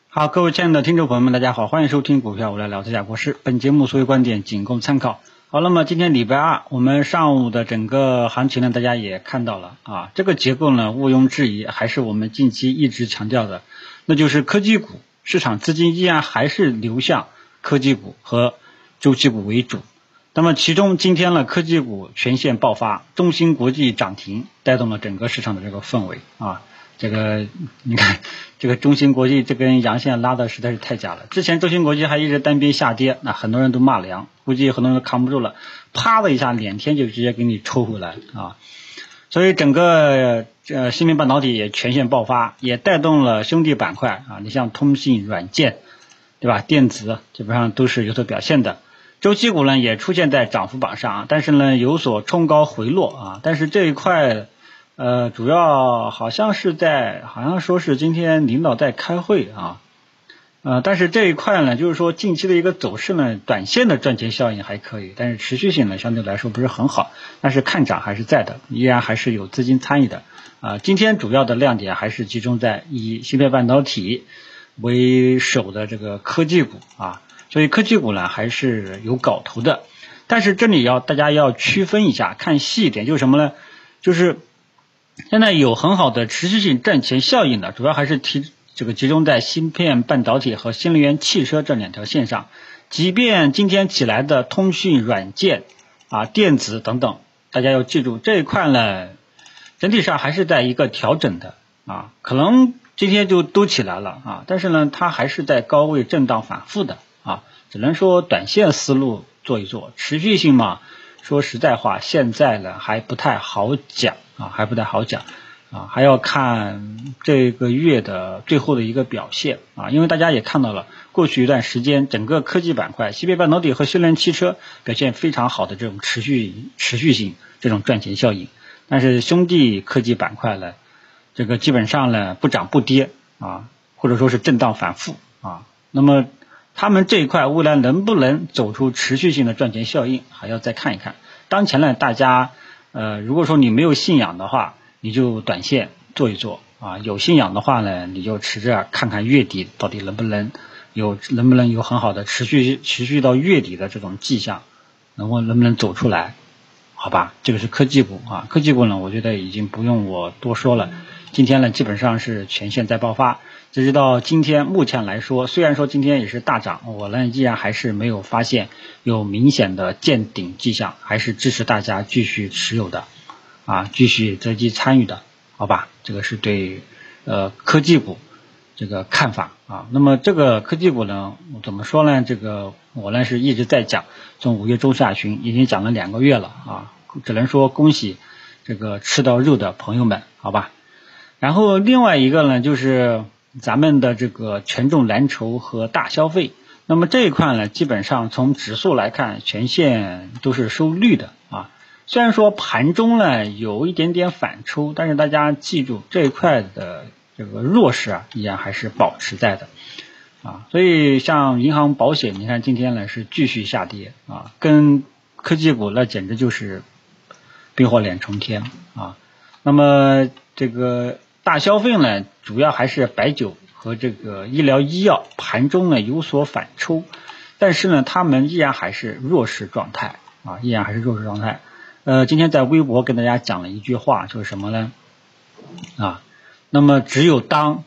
好，各位亲爱的听众朋友们，大家好，欢迎收听股票我来聊这家国事。本节目所有观点仅供参考。好，那么今天礼拜二，我们上午的整个行情呢，大家也看到了啊，这个结构呢，毋庸置疑，还是我们近期一直强调的，那就是科技股市场资金依然还是流向科技股和周期股为主。那么其中今天呢，科技股全线爆发，中芯国际涨停，带动了整个市场的这个氛围啊。这个你看，这个中芯国际这根阳线拉的实在是太假了。之前中芯国际还一直单边下跌，那很多人都骂凉，估计很多人都扛不住了，啪的一下两天就直接给你抽回来啊。所以整个芯片半导体也全线爆发，也带动了兄弟板块啊。你像通信、软件，对吧？电子基本上都是有所表现的。周期股呢也出现在涨幅榜上，但是呢有所冲高回落啊。但是这一块主要好像说是今天领导在开会啊，但是这一块呢，就是说近期的一个走势呢，短线的赚钱效应还可以，但是持续性呢相对来说不是很好，但是看涨还是在的，依然还是有资金参与的今天主要的亮点还是集中在以芯片半导体为首的这个科技股啊，所以科技股呢还是有搞头的，但是这里大家要区分一下，看细一点，就是什么呢？就是现在有很好的持续性赚钱效应的，主要还是集中在芯片半导体和新能源汽车这两条线上。即便今天起来的通讯软件电子等等，大家要记住这一块呢，整体上还是在一个调整的可能今天就都起来了但是呢它还是在高位震荡反复的只能说短线思路做一做，持续性嘛，说实在话现在呢还不太好讲还要看这个月的最后的一个表现因为大家也看到了过去一段时间整个科技板块芯片半导体和新能源汽车表现非常好的这种持续性这种赚钱效应，但是兄弟科技板块呢这个基本上呢不涨不跌或者说是震荡反复那么他们这一块未来能不能走出持续性的赚钱效应，还要再看一看。当前呢大家如果说你没有信仰的话，你就短线做一做有信仰的话呢，你就持着看看月底到底能不能有很好的持续到月底的这种迹象，能不能走出来，好吧？这个是科技股科技股呢我觉得已经不用我多说了，今天呢基本上是全线在爆发，直至到今天目前来说，虽然说今天也是大涨，我呢依然还是没有发现有明显的见顶迹象，还是支持大家继续持有的继续择机参与的，好吧？这个是对科技股这个看法那么这个科技股呢怎么说呢，这个我呢是一直在讲，从5月中下旬已经讲了2个月了只能说恭喜这个吃到肉的朋友们，好吧？然后另外一个呢就是咱们的这个权重蓝筹和大消费，那么这一块呢基本上从指数来看全线都是收绿的虽然说盘中呢有一点点反抽，但是大家记住这一块的这个弱势依然还是保持在的所以像银行保险，你看今天呢是继续下跌跟科技股那简直就是冰火两重天那么这个大消费呢主要还是白酒和这个医疗医药，盘中呢有所反抽，但是呢他们依然还是弱势状态今天在微博跟大家讲了一句话，就是什么呢那么只有当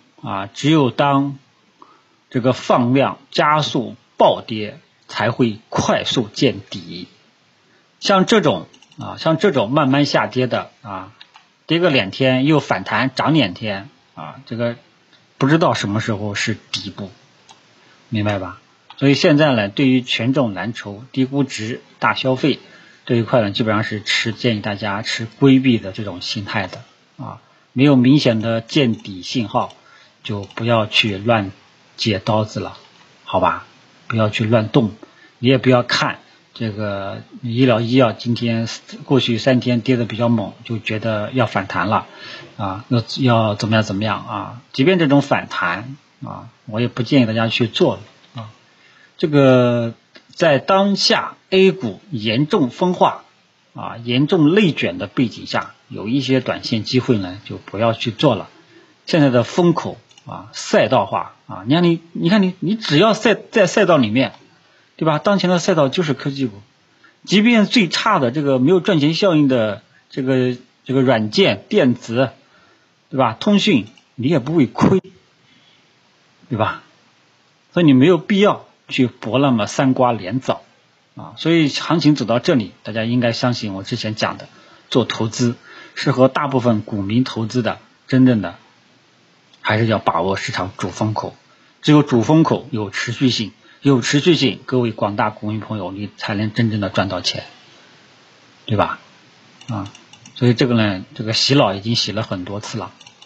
这个放量加速暴跌才会快速见底，像这种慢慢下跌的跌个2天又反弹涨2天这个不知道什么时候是底部，明白吧？所以现在呢对于权重蓝筹、低估值、大消费这一块呢基本上是建议大家持规避的这种心态的没有明显的见底信号就不要去乱接刀子了，好吧？不要去乱动，你也不要看这个医疗医药今天过去3天跌得比较猛，就觉得要反弹了要怎么样即便这种反弹我也不建议大家去做了这个在当下 A 股严重分化严重内卷的背景下，有一些短线机会呢就不要去做了，现在的风口赛道化啊，你看你只要在赛道里面，对吧？当前的赛道就是科技股，即便最差的这个没有赚钱效应的这个软件、电子，对吧？通讯你也不会亏，对吧？所以你没有必要去搏那么三瓜连枣啊。所以行情走到这里，大家应该相信我之前讲的，做投资适合大部分股民投资的，真正的还是要把握市场主风口，只有主风口有持续性，各位广大股民朋友，你才能真正的赚到钱，对吧？所以这个呢，这个洗脑已经洗了很多次了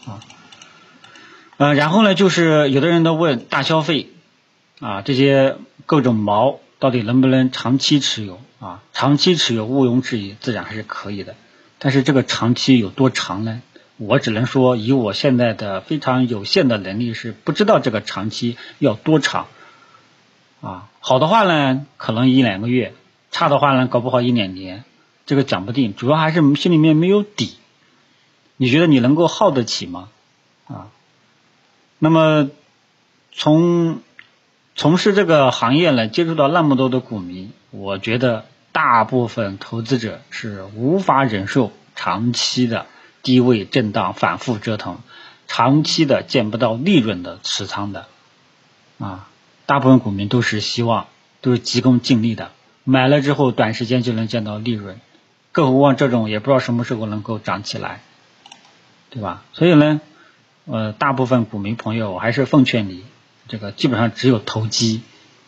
然后呢，就是有的人都问大消费这些各种毛到底能不能长期持有长期持有毋庸置疑，自然还是可以的，但是这个长期有多长呢？我只能说，以我现在的非常有限的能力，是不知道这个长期要多长好的话呢，可能1-2个月；差的话呢，搞不好1-2年，这个讲不定。主要还是心里面没有底。你觉得你能够耗得起吗？那么从事这个行业呢，接触到那么多的股民，我觉得大部分投资者是无法忍受长期的低位震荡反复折腾，长期的见不到利润的持仓的大部分股民都是希望都是急功近利的，买了之后短时间就能见到利润，更何况这种也不知道什么时候能够涨起来，对吧？所以呢大部分股民朋友我还是奉劝你，这个基本上只有投机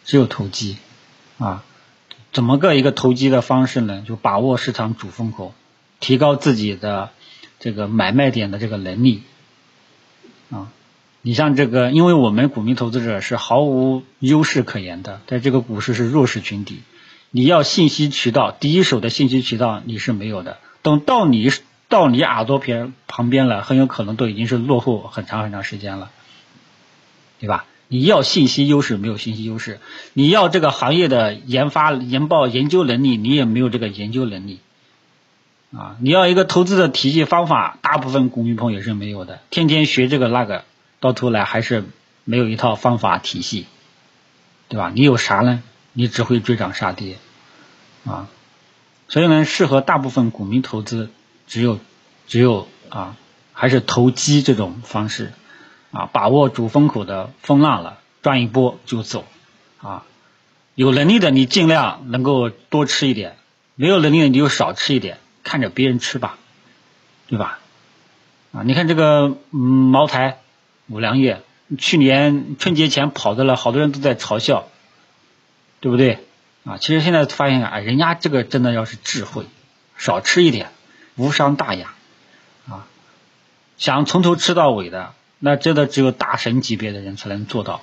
怎么个一个投机的方式呢？就把握市场主风口，提高自己的这个买卖点的这个能力你像这个，因为我们股民投资者是毫无优势可言的，在这个股市是弱势群体，你要信息渠道，第一手的信息渠道你是没有的，等到你耳朵旁边了，很有可能都已经是落后很长时间了，对吧？你要信息优势没有信息优势，你要这个行业的研发研报研究能力，你也没有这个研究能力你要一个投资的体系方法，大部分股民朋友也是没有的，天天学这个那个，到头来还是没有一套方法体系，对吧？你有啥呢？你只会追涨杀跌所以呢，适合大部分股民投资只有还是投机这种方式把握主风口的风浪了，赚一波就走有能力的你尽量能够多吃一点，没有能力的你就少吃一点，看着别人吃吧，对吧？你看这个茅台、五粮液，去年春节前跑的了，好多人都在嘲笑，对不对其实现在发现人家这个真的要是智慧，少吃一点，无伤大雅想从头吃到尾的，那真的只有大神级别的人才能做到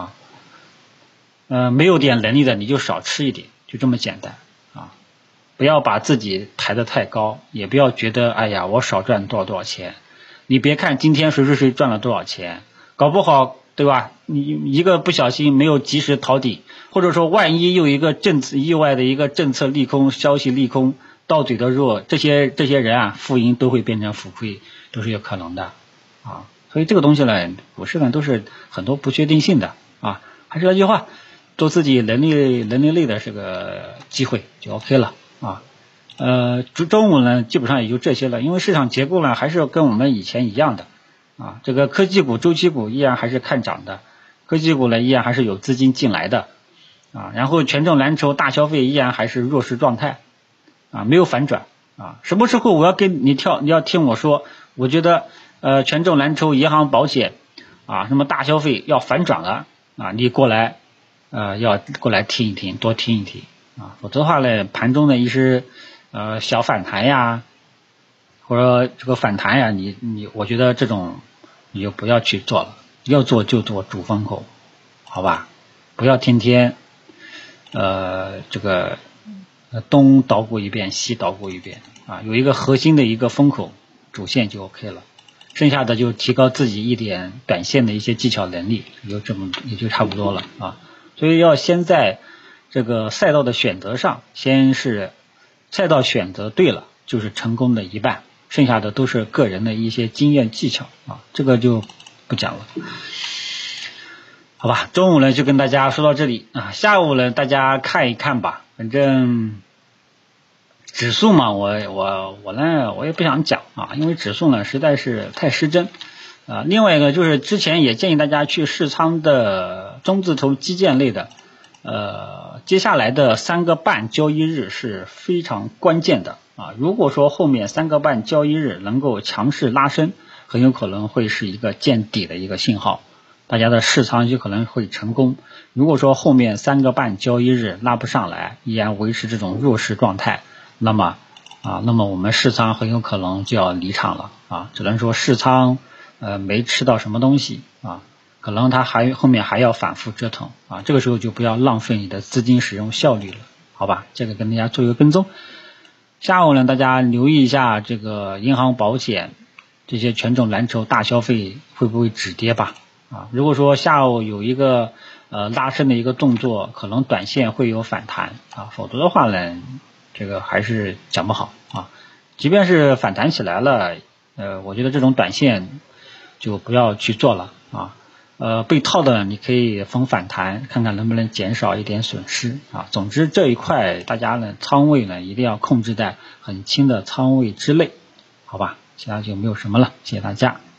没有点能力的你就少吃一点，就这么简单不要把自己抬得太高，也不要觉得哎呀我少赚多少钱，你别看今天谁赚了多少钱，搞不好对吧？你一个不小心没有及时逃顶，或者说万一又一个意外的一个政策利空消息利空到嘴的弱，这些人负盈都会变成负亏，都是有可能的所以这个东西呢，股市呢都是很多不确定性的还是那句话，做自己能力内的这个机会就 OK 了中午呢基本上也就这些了，因为市场结构呢还是跟我们以前一样的这个科技股周期股依然还是看涨的，科技股呢依然还是有资金进来的然后权重蓝筹大消费依然还是弱势状态没有反转什么时候我要跟你要听我说，我觉得权重蓝筹银行保险什么大消费要反转了你过来要过来听一听，多听一听否则的话呢，盘中的一些小反弹呀，或者这个反弹呀，我觉得这种你就不要去做了，要做就做主风口，好吧？不要天天这个东捣鼓一遍西捣鼓一遍有一个核心的一个风口主线就 OK 了，剩下的就提高自己一点短线的一些技巧能力，也就差不多了所以要先在这个赛道的选择上，先是赛道选择对了，就是成功的一半，剩下的都是个人的一些经验技巧这个就不讲了。好吧，中午呢就跟大家说到这里啊，下午呢大家看一看吧，反正指数嘛，我呢我也不想讲啊，因为指数呢实在是太失真啊。另外一个就是之前也建议大家去试仓的中字头基建类的，接下来的3个半交易日是非常关键的啊。如果说后面3个半交易日能够强势拉升，很有可能会是一个见底的一个信号。大家的试仓就可能会成功。如果说后面3个半交易日拉不上来，依然维持这种弱势状态，那么我们试仓很有可能就要离场了啊。只能说试仓没吃到什么东西啊，可能它后面还要反复折腾啊。这个时候就不要浪费你的资金使用效率了，好吧？这个跟大家做一个跟踪。下午呢，大家留意一下这个银行、保险这些权重蓝筹大消费会不会止跌吧。啊，如果说下午有一个拉升的一个动作，可能短线会有反弹啊，否则的话呢，这个还是讲不好啊。即便是反弹起来了，我觉得这种短线就不要去做了啊。被套的你可以逢反弹看看能不能减少一点损失啊。总之这一块大家呢仓位呢一定要控制在很轻的仓位之内，好吧？其他就没有什么了，谢谢大家。